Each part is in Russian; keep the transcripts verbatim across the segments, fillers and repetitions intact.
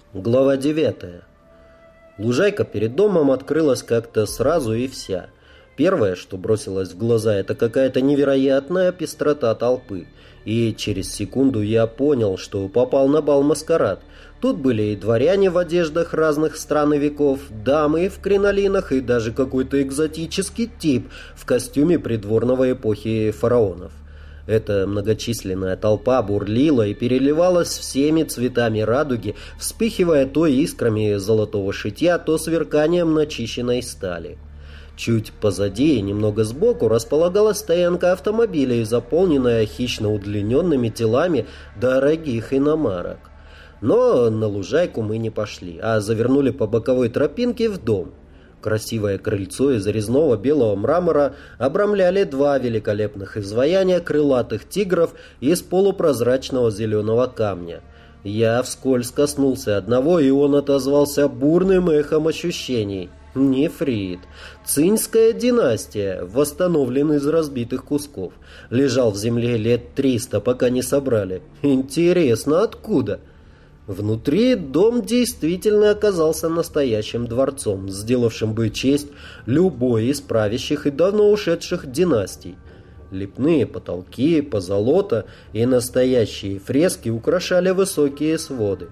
Глава девятая. Лужайка перед домом открылась как-то сразу и вся. Первое, что бросилось в глаза, это какая-то невероятная пестрота толпы. И через секунду я понял, что попал на бал-маскарад. Тут были и дворяне в одеждах разных стран и веков, дамы в кринолинах и даже какой-то экзотический тип в костюме придворного эпохи фараонов. Эта многочисленная толпа бурлила и переливалась всеми цветами радуги, вспыхивая то искрами золотого шитья, то сверканием начищенной стали. Чуть позади и немного сбоку располагалась стоянка автомобилей, заполненная хищно удлиненными телами дорогих иномарок. Но на лужайку мы не пошли, а завернули по боковой тропинке в дом. Красивое крыльцо из резного белого мрамора обрамляли два великолепных изваяния крылатых тигров из полупрозрачного зеленого камня. Я вскользь коснулся одного, и он отозвался бурным эхом ощущений. Нефрит. Цинская династия, восстановлен из разбитых кусков. Лежал в земле лет триста, пока не собрали. Интересно, откуда? Внутри дом действительно оказался настоящим дворцом, сделавшим бы честь любой из правящих и давно ушедших династий. Лепные потолки, позолота и настоящие фрески украшали высокие своды.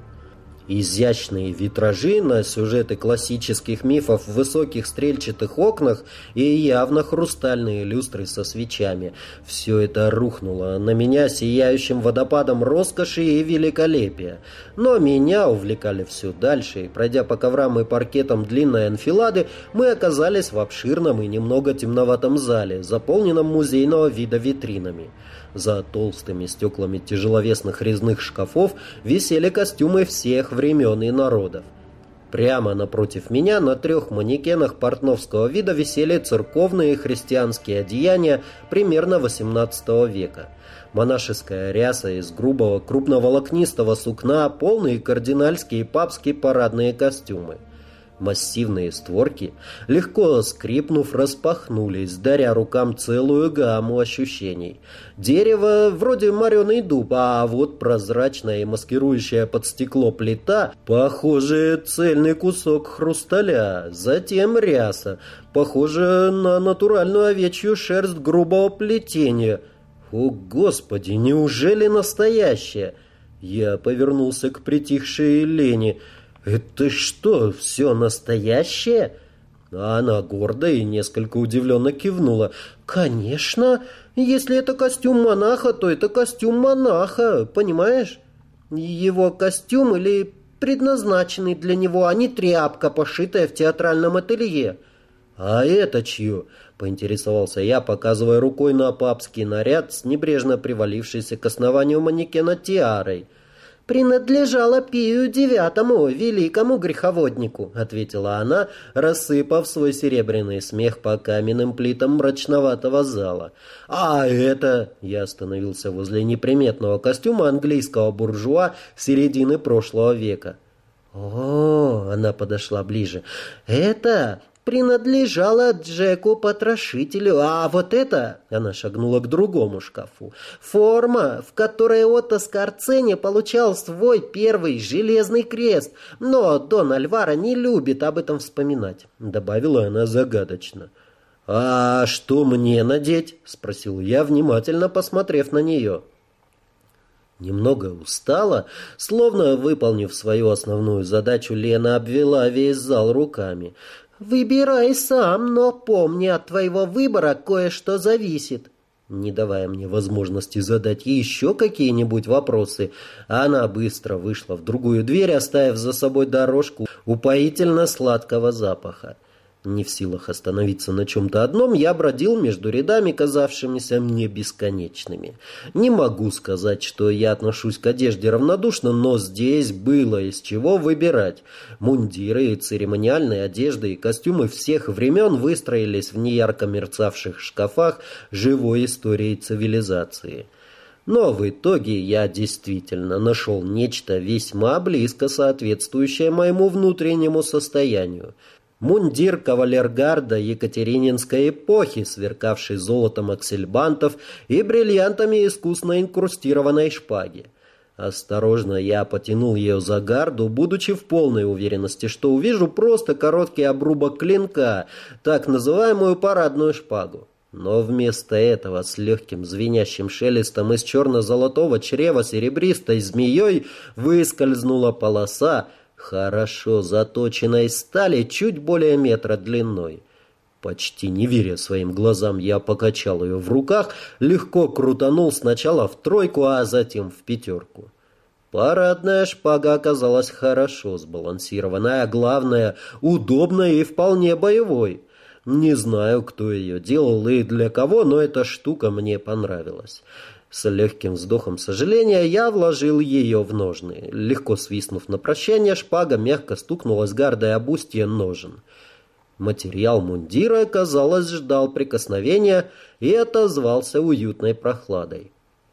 Изящные витражи на сюжеты классических мифов в высоких стрельчатых окнах и явно хрустальные люстры со свечами. Все это рухнуло на меня сияющим водопадом роскоши и великолепия. Но меня увлекали все дальше, и, пройдя по коврам и паркетам длинной анфилады, мы оказались в обширном и немного темноватом зале, заполненном музейного вида витринами. За толстыми стеклами тяжеловесных резных шкафов висели костюмы всех времен и народов. Прямо напротив меня на трех манекенах портновского вида висели церковные христианские одеяния примерно восемнадцатого века. Монашеская ряса из грубого крупноволокнистого сукна, полные кардинальские и папские парадные костюмы. Массивные створки, легко скрипнув, распахнулись, даря рукам целую гамму ощущений. Дерево вроде мореный дуб, а вот прозрачная и маскирующая под стекло плита, похоже, цельный кусок хрусталя. Затем ряса, похоже на натуральную овечью шерсть грубого плетения. О, Господи, неужели настоящая? Я повернулся к притихшей Лене. «Это что, все настоящее?» А она гордо и несколько удивленно кивнула. «Конечно, если это костюм монаха, то это костюм монаха, понимаешь? Его костюм или предназначенный для него, а не тряпка, пошитая в театральном ателье». «А это чье?» — поинтересовался я, показывая рукой на папский наряд с небрежно привалившейся к основанию манекена тиарой. «Принадлежала Пию девятому, великому греховоднику», — ответила она, рассыпав свой серебряный смех по каменным плитам мрачноватого зала. «А это...» — я остановился возле неприметного костюма английского буржуа середины прошлого века. «О, — она подошла ближе, — это... принадлежала Джеку-потрошителю, а вот это, она шагнула к другому шкафу, форма, в которой Отто Скорцени получал свой первый железный крест, но Дон Альваро не любит об этом вспоминать», — добавила она загадочно. «А что мне надеть?» — спросил я, внимательно посмотрев на нее. Немного устала, словно выполнив свою основную задачу, Лена обвела весь зал руками. «Выбирай сам, но помни, от твоего выбора кое-что зависит». Не давая мне возможности задать еще какие-нибудь вопросы, она быстро вышла в другую дверь, оставив за собой дорожку упоительно сладкого запаха. Не в силах остановиться на чем-то одном, я бродил между рядами, казавшимися мне бесконечными. Не могу сказать, что я отношусь к одежде равнодушно, но здесь было из чего выбирать. Мундиры, церемониальные одежды и костюмы всех времен выстроились в неярко мерцавших шкафах живой истории цивилизации. Но в итоге я действительно нашел нечто весьма близко соответствующее моему внутреннему состоянию. Мундир кавалергарда екатерининской эпохи, сверкавший золотом аксельбантов и бриллиантами искусно инкрустированной шпаги. Осторожно я потянул ее за гарду, будучи в полной уверенности, что увижу просто короткий обрубок клинка, так называемую парадную шпагу. Но вместо этого с легким звенящим шелестом из черно-золотого чрева серебристой змеей выскользнула полоса хорошо заточенной стали чуть более метра длиной. Почти не веря своим глазам, я покачал ее в руках, легко крутанул сначала в тройку, а затем в пятерку. Парадная шпага оказалась хорошо сбалансированной, а главное, удобной и вполне боевой. Не знаю, кто ее делал и для кого, но эта штука мне понравилась. С легким вздохом сожаления я вложил ее в ножны. Легко свистнув на прощание, шпага мягко стукнулась гардой об устье ножен. Материал мундира, казалось, ждал прикосновения и отозвался уютной прохладой.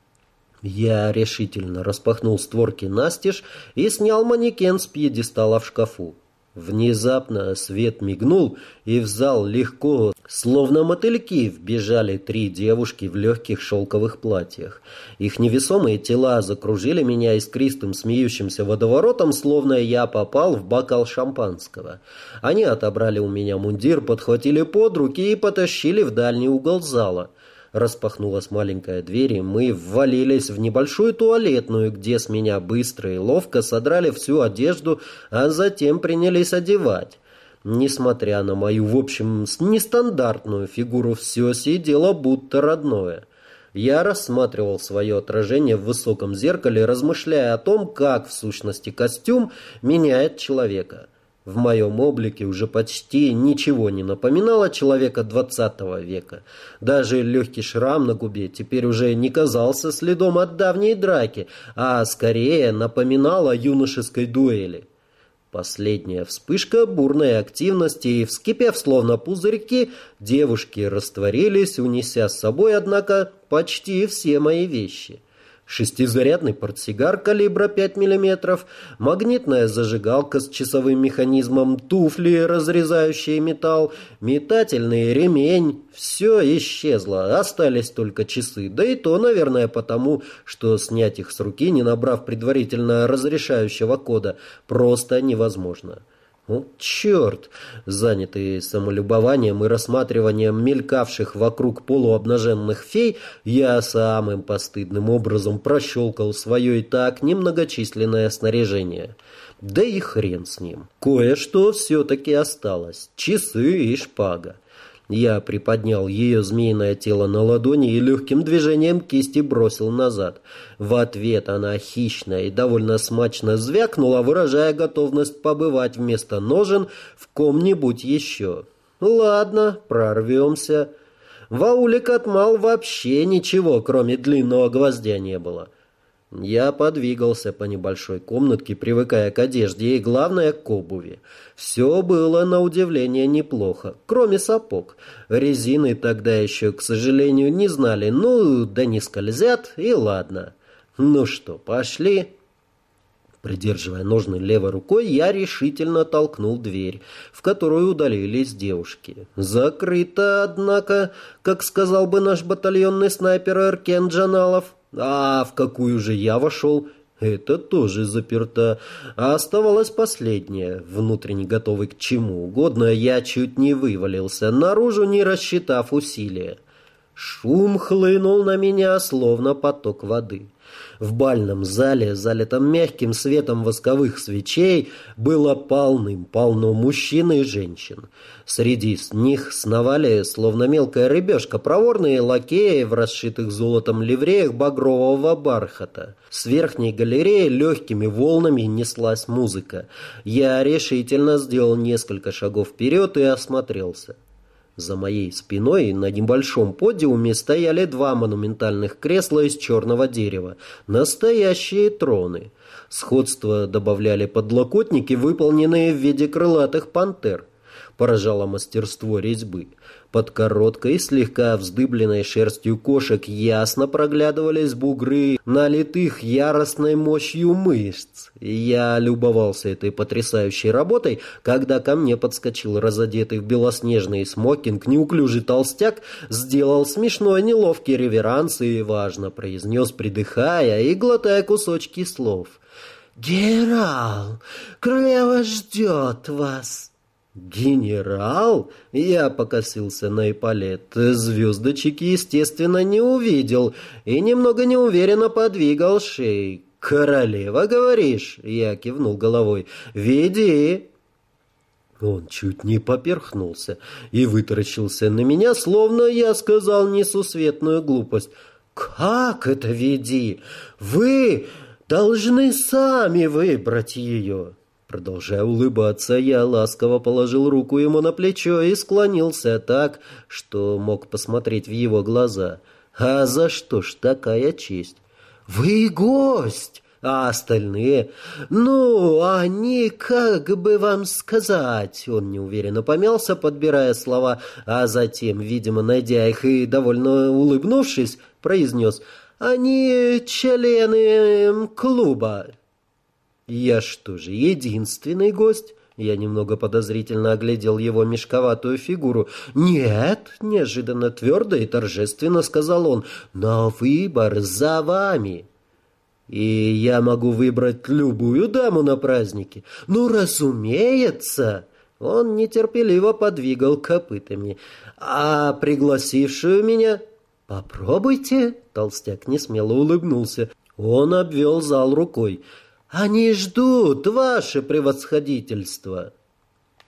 Я решительно распахнул створки настежь и снял манекен с пьедестала в шкафу. Внезапно свет мигнул, и в зал легко, словно мотыльки, вбежали три девушки в легких шелковых платьях. Их невесомые тела закружили меня искристым смеющимся водоворотом, словно я попал в бокал шампанского. Они отобрали у меня мундир, подхватили под руки и потащили в дальний угол зала. Распахнулась маленькая дверь, и мы ввалились в небольшую туалетную, где с меня быстро и ловко содрали всю одежду, а затем принялись одевать. Несмотря на мою, в общем, нестандартную фигуру, все сидело будто родное. Я рассматривал свое отражение в высоком зеркале, размышляя о том, как, в сущности, костюм меняет человека. В моем облике уже почти ничего не напоминало человека двадцатого века. Даже легкий шрам на губе теперь уже не казался следом от давней драки, а скорее напоминал о юношеской дуэли. Последняя вспышка бурной активности, и, вскипев словно пузырьки, девушки растворились, унеся с собой, однако, почти все мои вещи. Шестизарядный портсигар калибра пять миллиметров, магнитная зажигалка с часовым механизмом, туфли, разрезающие металл, метательный ремень — все исчезло, остались только часы, да и то, наверное, потому, что снять их с руки, не набрав предварительно разрешающего кода, просто невозможно. О, черт! Занятый самолюбованием и рассматриванием мелькавших вокруг полуобнаженных фей, я самым постыдным образом прощелкал свое и так немногочисленное снаряжение. Да и хрен с ним. Кое-что все-таки осталось. Часы и шпага. Я приподнял ее змеиное тело на ладони и легким движением кисти бросил назад. В ответ она хищно и довольно смачно звякнула, выражая готовность побывать вместо ножен в ком-нибудь еще. Ладно, прорвемся. В ауле Катмал вообще ничего, кроме длинного гвоздя, не было. Я подвигался по небольшой комнатке, привыкая к одежде и, главное, к обуви. Все было, на удивление, неплохо, кроме сапог. Резины тогда еще, к сожалению, не знали. Ну, да не скользят, и ладно. Ну что, пошли? Придерживая ножны левой рукой, я решительно толкнул дверь, в которую удалились девушки. Закрыто, однако, как сказал бы наш батальонный снайпер Эркен Джаналов. А в какую же я вошел? Это тоже заперто. А оставалось последнее. Внутренне готовый к чему угодно, я чуть не вывалился, наружу не рассчитав усилия. Шум хлынул на меня, словно поток воды. В бальном зале, залитом мягким светом восковых свечей, было полным-полно мужчин и женщин. Среди них сновали, словно мелкая рыбешка, проворные лакеи в расшитых золотом ливреях багрового бархата. С верхней галереи легкими волнами неслась музыка. Я решительно сделал несколько шагов вперед и осмотрелся. За моей спиной на небольшом подиуме стояли два монументальных кресла из черного дерева. Настоящие троны. Сходство добавляли подлокотники, выполненные в виде крылатых пантер. поражало мастерство резьбы. Под короткой, слегка вздыбленной шерстью кошек ясно проглядывались бугры, налитых яростной мощью мышц. Я любовался этой потрясающей работой, когда ко мне подскочил разодетый в белоснежный смокинг неуклюжий толстяк, сделал смешной неловкий реверанс и важно произнес, придыхая и глотая кусочки слов: «Генерал, королева ждет вас». «Генерал?» Я покосился на эполет. Звездочек, естественно, не увидел и немного неуверенно подвигал шеей. «Королева, говоришь?» Я кивнул головой. «Веди». Он чуть не поперхнулся и вытаращился на меня, словно я сказал несусветную глупость. «Как это веди? Вы должны сами выбрать ее». Продолжая улыбаться, я ласково положил руку ему на плечо и склонился так, что мог посмотреть в его глаза. «А за что ж такая честь?» «Вы гость, а остальные?» «Ну, они, как бы вам сказать...» Он неуверенно помялся, подбирая слова, а затем, видимо, найдя их и довольно улыбнувшись, произнес: «Они члены клуба». «Я что же, единственный гость?» Я немного подозрительно оглядел его мешковатую фигуру. «Нет», — неожиданно твердо и торжественно сказал он, — «но выбор за вами». «И я могу выбрать любую даму на празднике?» «Ну, разумеется!» Он нетерпеливо подвигал копытами. «А пригласившую меня?» «Попробуйте», — толстяк несмело улыбнулся. Он обвел зал рукой. «Они ждут, ваше превосходительство!»